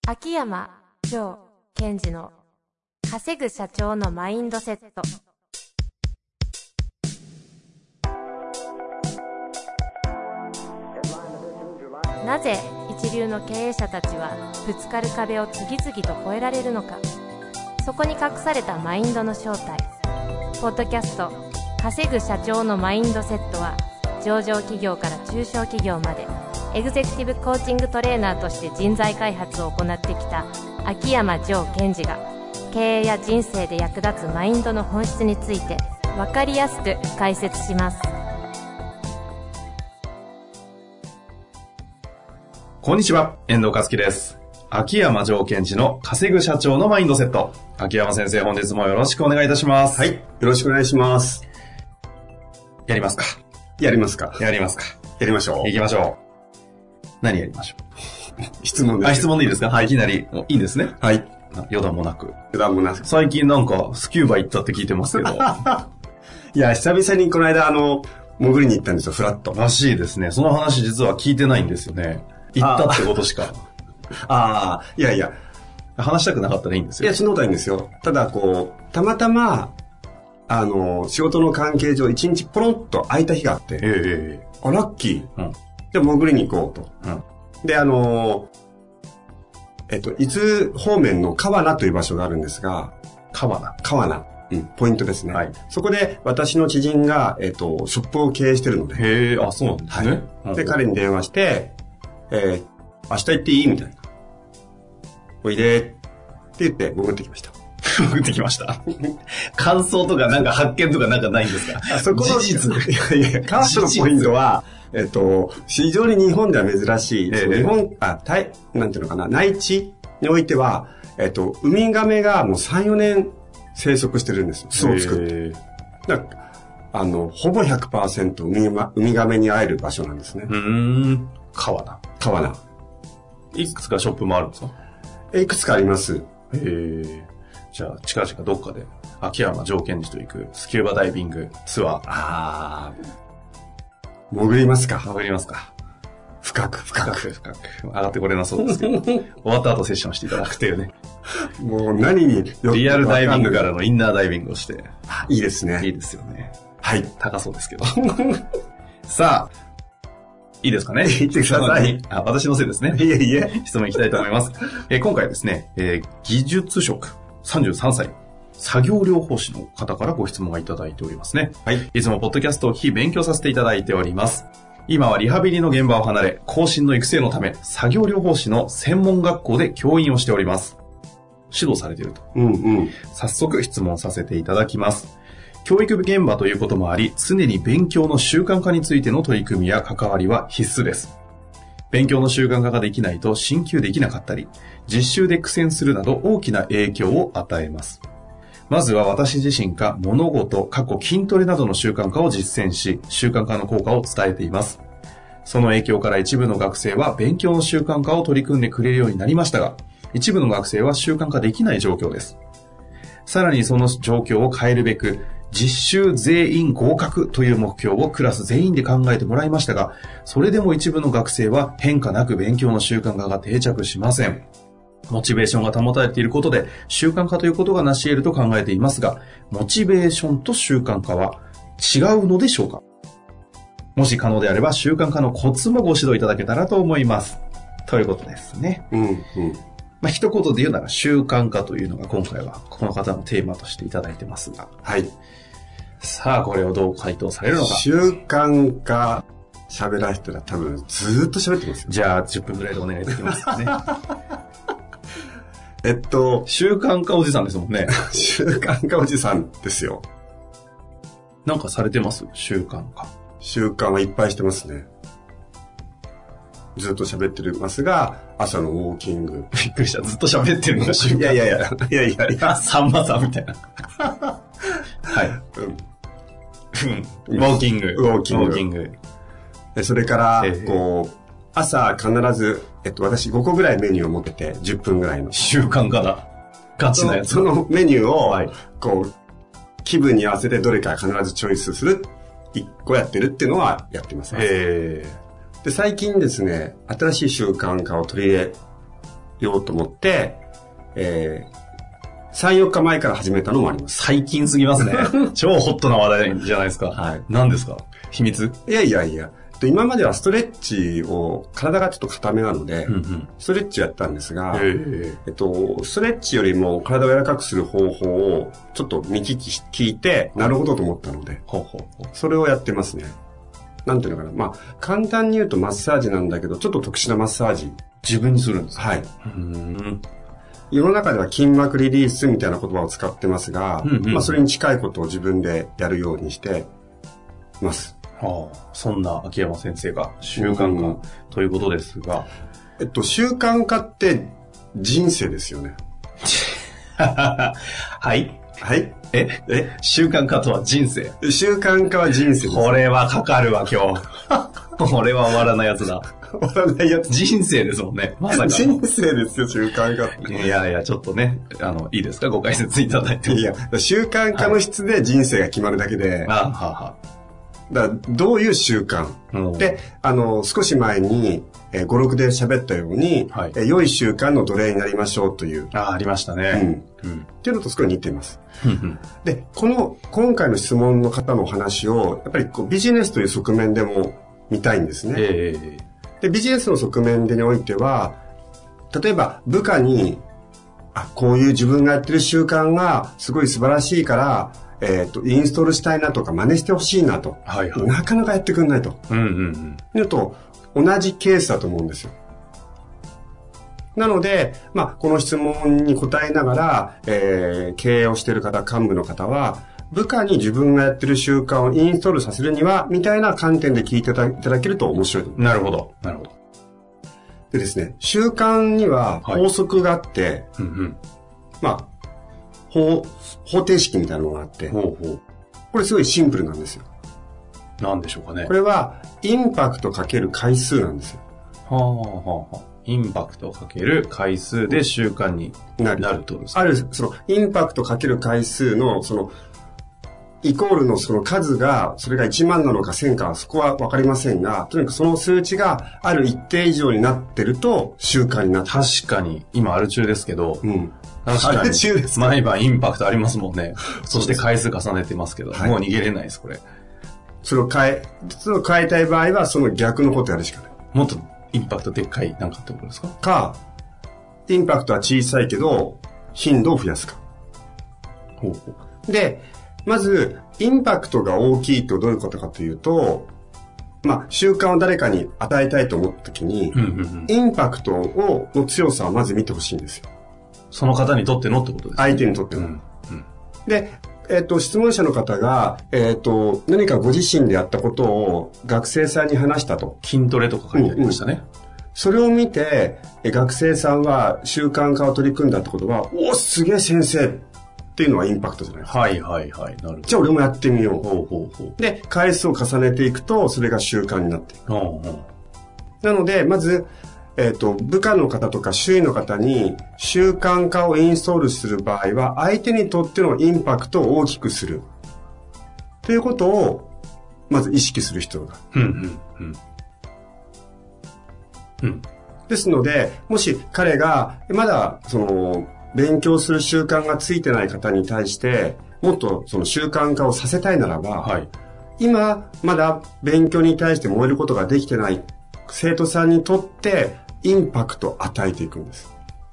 秋山城賢治の稼ぐ社長のマインドセット。なぜ一流の経営者たちはぶつかる壁を次々と越えられるのか。そこに隠されたマインドの正体。ポッドキャスト稼ぐ社長のマインドセットは、上場企業から中小企業までエグゼクティブコーチングトレーナーとして人材開発を行ってきた秋山城賢治が、経営や人生で役立つマインドの本質について分かりやすく解説します。 こんにちは、遠藤和樹です。秋山城賢治の稼ぐ社長のマインドセット。秋山先生、本日もよろしくお願いいたします。 はい、よろしくお願いします。 やりますか。 やりますか。 やりますか。 やりましょう。 行きましょう。何やりましょう。 質問です。 質問でいいですか。はい、いきなりいいんですね。 はい。 余談もなく。 余談もなく。 最近なんかスキューバ行ったって聞いてますけど。 いや、久々にこの間潜りに行ったんですよ、フラット。 らしいですね。その話実は聞いてないんですよね。行ったってことしか。 いやいや。 話したくなかったらいいんですよ。 いや、そのことはいいんですよ。ただ、たまたま、仕事の関係上、一日ポロンと空いた日があって、ラッキー。 うん、 じゃあ潜りに行こうと。 うん、 で、伊豆方面の川名という場所があるんですが、 川名。 うん、ポイントですね。 はい。 そこで私の知人が、ショップを経営してるので。 へえ、そうなんですね。 はい。で、彼に電話して、明日行っていいみたいな。おいでって言って潜ってきました。 潜ってきました。感想とかなんか発見とかなんかないんですか。 そこの事実。 いや、彼女のポイントは、非常に日本では珍しい、なんていうのかな、内地においては、ウミガメがもう3、4年生息してるんですよ。巣を作って。だからほぼ 100% ウミガメに会える場所なんですね。 川名。いくつかショップもあるんですか。 いくつかあります。 じゃあ、近々どっかで、秋山城賢治と行くスキューバダイビングツアー。 潜りますか。 潜りますか。 深く。 上がってこれなそうですけど。終わった後セッションしていただくというね。 もう何にリアルダイビングからのインナーダイビングをして。 いいですね。 いいですよね。 はい。 高そうですけど。さあ、いいですかね。 言ってください。 私のせいですね。 いえ。 質問いきたいと思います。今回ですね、技術職33歳、作業療法士の方からご質問がいただいておりますね。 はい。 いつもポッドキャストを聞き勉強させていただいております。今はリハビリの現場を離れ、後進の育成のため、作業療法士の専門学校で教員をしております。指導されていると。早速質問させていただきます。教育現場ということもあり、常に勉強の習慣化についての取り組みや関わりは必須です。勉強の習慣化ができないと進級できなかったり、実習で苦戦するなど大きな影響を与えます。まずは私自身が物事、筋トレなどの習慣化を実践し、習慣化の効果を伝えています。その影響から一部の学生は勉強の習慣化を取り組んでくれるようになりましたが、一部の学生は習慣化できない状況です。さらにその状況を変えるべく、実習全員合格という目標をクラス全員で考えてもらいましたが、それでも一部の学生は変化なく勉強の習慣化が定着しません。モチベーションが保たれていることで習慣化ということが成し得ると考えていますが、モチベーションと習慣化は違うのでしょうか。もし可能であれば習慣化のコツもご指導いただけたらと思います。ということですね。一言で言うなら習慣化というのが今回はこの方のテーマとしていただいてますが。 はい。 さあ、これをどう回答されるのか。 習慣化喋らせたら多分ずーっと喋ってますよ。 じゃあ10分ぐらいでお願いできますかね。 習慣化おじさんですもんね。 習慣化おじさんですよ。 なんかされてます？習慣化。 習慣はいっぱいしてますね。ずっと喋ってますが、朝のウォーキング。 びっくりした。ずっと喋ってるのが習慣。 いや、 さんまさんみたいな。はい。ウォーキング。 それから、朝必ず、私5個ぐらいメニューを持ってて、10分ぐらいの。 習慣化だ。ガチなやつ。 そのメニューを、気分に合わせてどれか必ずチョイスする。1個やってるっていうのはやってます。で、最近ですね、新しい習慣化を取り入れようと思って、3、4日前から始めたのもあります。 最近すぎますね。超ホットな話題じゃないですか。 はい。 何ですか？秘密？ いや。今まではストレッチを、体がちょっと硬めなので、ストレッチやったんですが、ストレッチよりも体を柔らかくする方法をちょっと見聞いて、なるほどと思ったので、それをやってますね。なんていうのかな。簡単に言うとマッサージなんだけど、ちょっと特殊なマッサージ。 自分にするんですか？ はい。世の中では筋膜リリースみたいな言葉を使ってますが、それに近いことを自分でやるようにしてます。 そんな秋山先生が習慣化ということですが、 習慣化って人生ですよね。 はい。習慣化とは人生。 習慣化は人生です。 これはかかるわ、今日。これは終わらないやつだ。 終わらないやつ。 人生ですもんね。まさか。 人生ですよ、習慣化。 いや、ちょっとね、いいですか、ご解説いただいて。 いや、習慣化の質で人生が決まるだけで。だからどういう習慣、で、少し前に、5、6で喋ったように、良い習慣の奴隷になりましょうという。 ありましたね。 っていうのと少し似ています。で、今回の質問の方のお話を、やっぱりビジネスという側面でも見たいんですね。で、ビジネスの側面でにおいては、例えば部下に、こういう自分がやってる習慣がすごい素晴らしいから、インストールしたいなとか真似してほしいなと、なかなかやってくんないと。いうと同じケースだと思うんですよ。なので、この質問に答えながら、経営をしている方、幹部の方は、部下に自分がやってる習慣をインストールさせるには、みたいな観点で聞いていただけると面白いと思います。 なるほど。 でですね、習慣には法則があって、方程式みたいなのがあって、これすごいシンプルなんですよ。 何でしょうかね。 これはインパクトかける回数なんですよ。 インパクトかける回数で習慣になるってことですか？ そのインパクトかける回数のイコールのその数が、それが1万なのか1000か、そこはわかりませんが、とにかくその数値がある一定以上になってると習慣になってる。 確かに、今アル中ですけど、 確かに毎晩インパクトありますもんね。そして回数重ねてますけど、もう逃げれないです、これ。 それを変えたい場合は、その逆のことやるしかない。 もっとインパクトでっかいなんかってことですか？ インパクトは小さいけど、頻度を増やすか。で、まず、インパクトが大きいとどういうことかというと、習慣を誰かに与えたいと思ったときに、インパクトの強さをまず見てほしいんですよ。 その方にとってのってことですね。 相手にとっての。で、質問者の方が、何かご自身でやったことを学生さんに話したと。 筋トレとか書いてありましたね。 それを見て、学生さんは習慣化を取り組んだってことは、すげえ先生っていうのはインパクトじゃないですか。 なるほど。 じゃあ俺もやってみよう。で、回数を重ねていくと、それが習慣になっていく。なので、まず、部下の方とか周囲の方に習慣化をインストールする場合は、相手にとってのインパクトを大きくする。ということを、まず意識する必要がある。ですので、もし彼が、まだ、勉強する習慣がついてない方に対して、もっとその習慣化をさせたいならば、今、まだ勉強に対して燃えることができてない生徒さんにとって、インパクトを与えていくんです。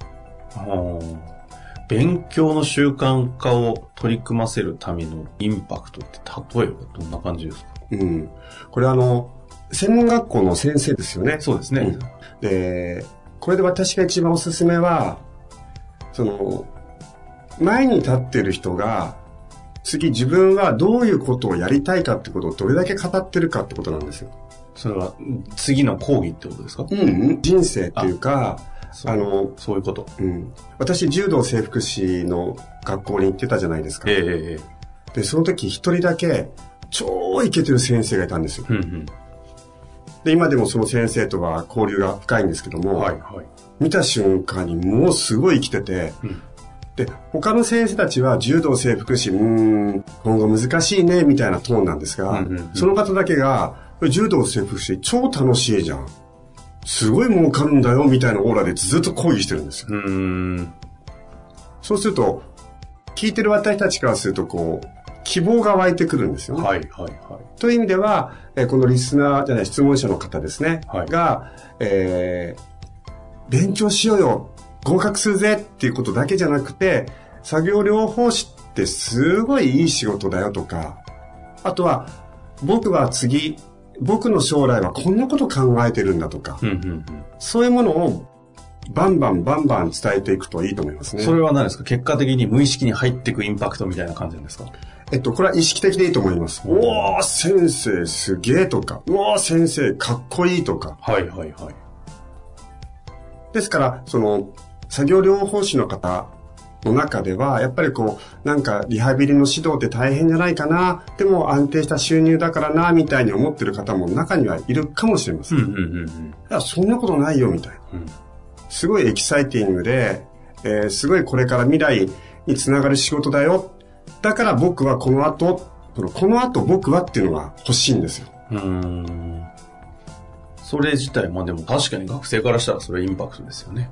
勉強の習慣化を取り組ませるためのインパクトって例えばどんな感じですか？ これ専門学校の先生ですよね。 そうですね。 で、これで私が一番おすすめは、前に立っている人が、次自分はどういうことをやりたいかってことをどれだけ語ってるかってことなんですよ。 それは次の講義ってことですか？ 人生っていうか、 そういうこと。 私、柔道整復師の学校に行ってたじゃないですか。で、その時一人だけ超イケてる先生がいたんですよ。で、今でもその先生とは交流が深いんですけども、見た瞬間にもうすごい生きてて、で、他の先生たちは柔道整復師、今後難しいね、みたいなトーンなんですが、その方だけが、柔道整復師超楽しいじゃん。 すごい儲かるんだよみたいなオーラでずっと講義してるんですよ。そうすると、聞いてる私たちからすると希望が湧いてくるんですよね。 はいはいはい。 という意味では、このリスナーじゃない質問者の方ですね、 はい、 が、勉強しようよ、合格するぜっていうことだけじゃなくて、作業療法士ってすごいいい仕事だよとか、あとは僕の将来はこんなこと考えてるんだとか、そういうものをバンバン伝えていくといいと思いますね。 それは何ですか？結果的に無意識に入っていくインパクトみたいな感じなんですか？ これは意識的でいいと思います。おー、先生すげえとか、うわー、先生かっこいいとか。 はいはいはい。 ですから、作業療法士の方の中では、やっぱりなんかリハビリの指導って大変じゃないかな、でも安定した収入だからな、みたいに思ってる方も中にはいるかもしれません。いや、そんなことないよ、みたいな。すごいエキサイティングで、すごいこれから未来につながる仕事だよ。だから僕はこの後僕はっていうのが欲しいんですよ。 それ自体、でも確かに学生からしたらそれインパクトですよね。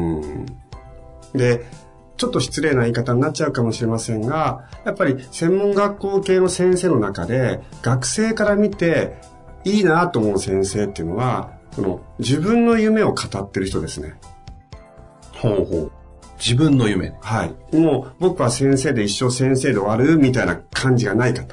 で、ちょっと失礼な言い方になっちゃうかもしれませんが、やっぱり専門学校系の先生の中で、学生から見ていいなと思う先生っていうのは、自分の夢を語ってる人ですね。 ほうほう。自分の夢。 はい。もう僕は先生で一生先生で終わるみたいな感じがない方。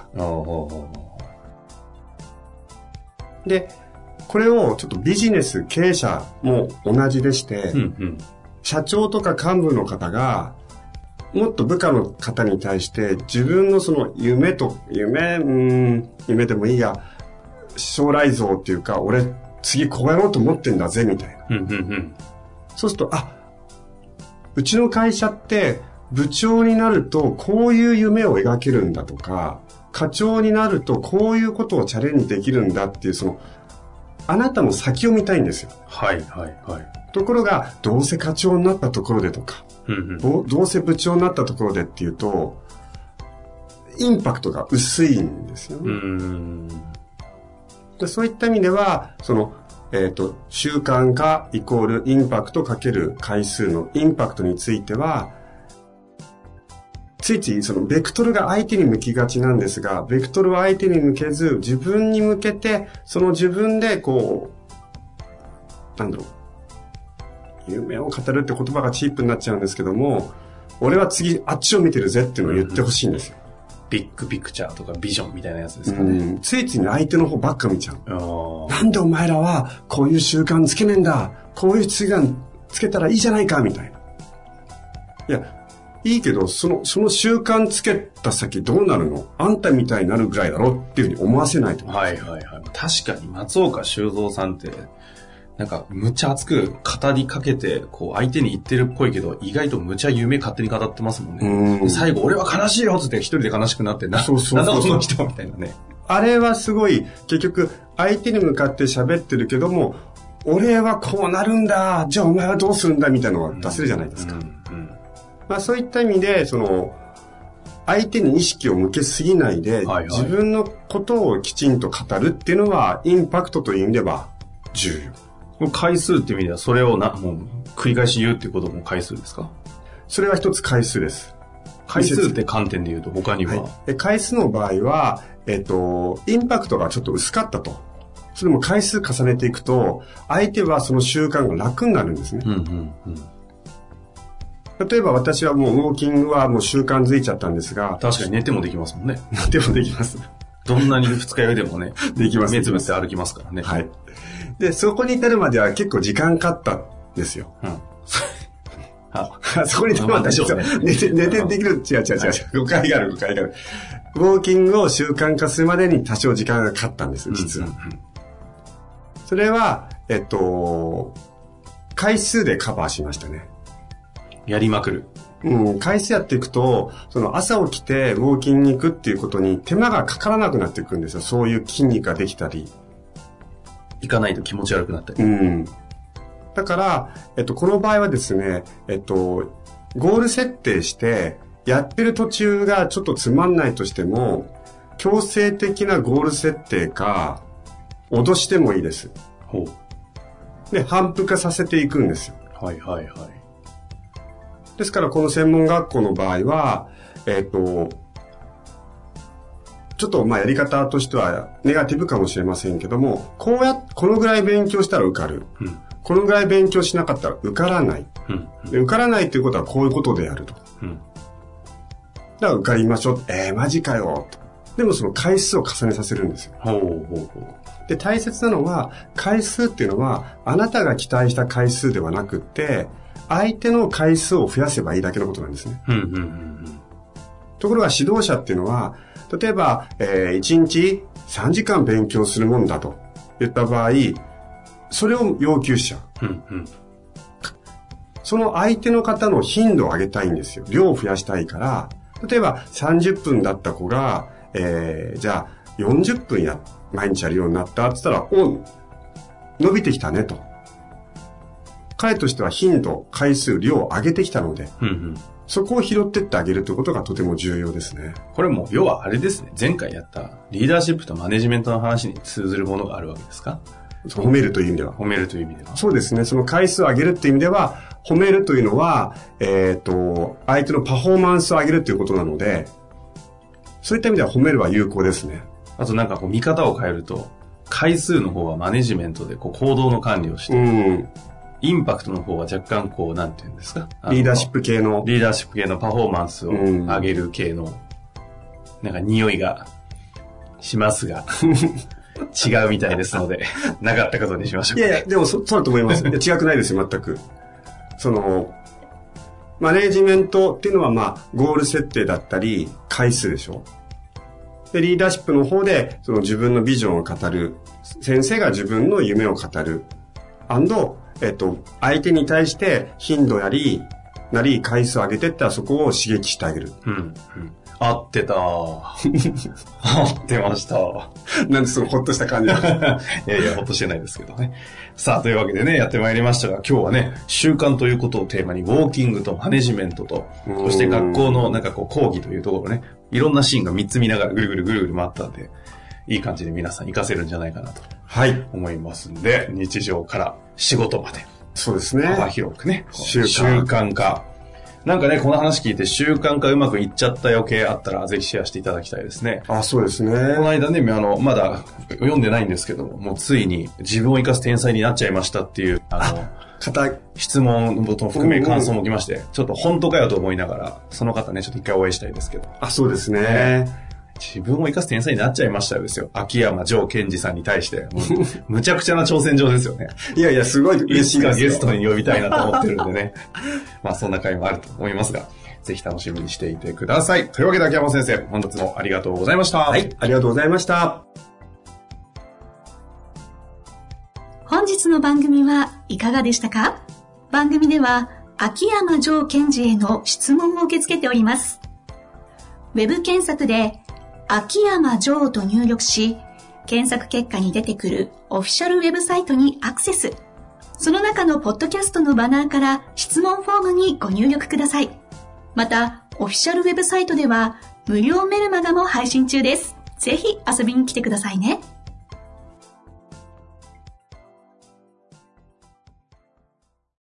で、これをちょっとビジネス経営者も同じでして、社長とか幹部の方がもっと部下の方に対して自分の夢でもいいや、将来像っていうか、俺次こうやろうと思ってんだぜみたいな。そうすると、うちの会社って部長になるとこういう夢を描けるんだとか、課長になるとこういうことをチャレンジできるんだっていうあなたの先を見たいんですよ。 はいはいはい。 ところが、どうせ課長になったところでとか、どうせ部長になったところでっていうと、インパクトが薄いんですよね。でそういった意味では、習慣化イコールインパクトかける回数のインパクトについては、ついついベクトルが相手に向きがちなんですが、ベクトルは相手に向けず、自分に向けて、自分で夢を語るって言葉がチープになっちゃうんですけども、俺は次あっちを見てるぜっていうのを言ってほしいんですよ。 ビッグピクチャーとかビジョンみたいなやつですかね。 ついつい相手の方ばっか見ちゃう。なんでお前らはこういう習慣つけねえんだ、こういう習慣つけたらいいじゃないかみたいな。いや、いいけど、その習慣つけた先どうなるの？あんたみたいになるぐらいだろっていうふうに思わせないと。 はいはいはい。確かに松岡修造さんって、なんかむっちゃ熱く語りかけて、相手に言ってるっぽいけど、意外とむちゃ夢勝手に語ってますもんね。最後、俺は悲しいよって言って一人で悲しくなって、なんだこの人みたいなね。あれはすごい、結局、相手に向かって喋ってるけども、俺はこうなるんだ、じゃあお前はどうするんだみたいなのが出せるじゃないですか。そういった意味で、相手に意識を向けすぎないで、自分のことをきちんと語るっていうのは、インパクトという意味では重要。回数っていう意味では、それをもう繰り返し言うっていうことも回数ですか？ それは一つ回数です。 回数って観点で言うと他には、 回数の場合は、インパクトがちょっと薄かったと。それも回数重ねていくと、相手はその習慣が楽になるんですね。例えば私はもうウォーキングはもう習慣づいちゃったんですが。 確かに寝てもできますもんね。 寝てもできます。 どんなに二日酔いでもね。 できます。 目つぶって歩きますからね。 はい。で、そこに至るまでは結構時間かかったんですよ。そこに至るまでは寝てできる。違う。誤解がある。ウォーキングを習慣化するまでに多少時間がかかったんです、実は。それは、回数でカバーしましたね。 やりまくる。 回数やっていくと、朝起きてウォーキングに行くっていうことに手間がかからなくなっていくんですよ。そういう筋肉ができたり。 行かないと気持ち悪くなったり。 だから、この場合はですね、ゴール設定して、やってる途中がちょっとつまんないとしても、強制的なゴール設定か、脅してもいいです。 で、反復化させていくんですよ。 はいはいはい。 ですから、この専門学校の場合は、ちょっとやり方としてはネガティブかもしれませんけども、このぐらい勉強したら受かる。このぐらい勉強しなかったら受からない。で、受からないということはこういうことであると。だから受かりましょう。マジかよ。でもその回数を重ねさせるんですよ。で、大切なのは、回数っていうのは、あなたが期待した回数ではなくって、相手の回数を増やせばいいだけのことなんですね。ところが指導者っていうのは、例えば、1日3時間勉強するもんだと言った場合、それを要求しちゃう。その相手の方の頻度を上げたいんですよ。量を増やしたいから、例えば30分だった子が、じゃあ40分毎日やるようになったって言ったら、伸びてきたねと。彼としては頻度、回数、量を上げてきたので、そこを拾ってってあげるということがとても重要ですね。 これも要はあれですね。前回やったリーダーシップとマネジメントの話に通ずるものがあるわけですか？ 褒めるという意味では。 褒めるという意味では。 そうですね。その回数を上げるっていう意味では、褒めるというのは、相手のパフォーマンスを上げるということなので、そういった意味では褒めるは有効ですね。 あと見方を変えると、回数の方はマネジメントで行動の管理をして、インパクトの方は若干なんていうんですか？ リーダーシップ系のパフォーマンスを上げる系の、匂いがしますが、違うみたいですので、なかったことにしましょう。 いや、でもそうだと思います。違くないですよ、全く。マネジメントっていうのはゴール設定だったり、回数でしょ。で、リーダーシップの方で、自分のビジョンを語る。先生が自分の夢を語る。相手に対して頻度なり回数を上げてったらそこを刺激してあげる。 合ってた。合ってました。 なんでほっとした感じいや、ほっとしてないですけどね。さあ、というわけでね、やってまいりましたが、今日はね、習慣ということをテーマに、ウォーキングとマネジメントと、そして学校の講義というところね、いろんなシーンが3つ見ながらぐるぐる回ったんで、いい感じで皆さん活かせるんじゃないかなと思いますんで、日常から仕事まで。 そうですね。 幅広くね。習慣化。この話聞いて習慣化うまくいっちゃった余計あったらぜひシェアしていただきたいですね。 そうですね。 この間ね、まだ読んでないんですけども、もうついに自分を生かす天才になっちゃいましたっていう、質問も含め感想も来まして、ちょっと本当かよと思いながら、その方ね、ちょっと一回お会いしたいですけど。 そうですね。 自分を生かす天才になっちゃいましたよですよ。秋山城賢治さんに対して。むちゃくちゃな挑戦状ですよね。 いや、すごい嬉しいですよ。 ゲストに呼びたいなと思ってるんでね。そんな回もあると思いますが、ぜひ楽しみにしていてください。というわけで秋山先生、本日もありがとうございました。 はい、ありがとうございました。 本日の番組はいかがでしたか？番組では秋山城賢治への質問を受け付けております。ウェブ検索で秋山城と入力し、検索結果に出てくるオフィシャルウェブサイトにアクセス。その中のポッドキャストのバナーから質問フォームにご入力ください。また、オフィシャルウェブサイトでは無料メルマガも配信中です。ぜひ遊びに来てくださいね。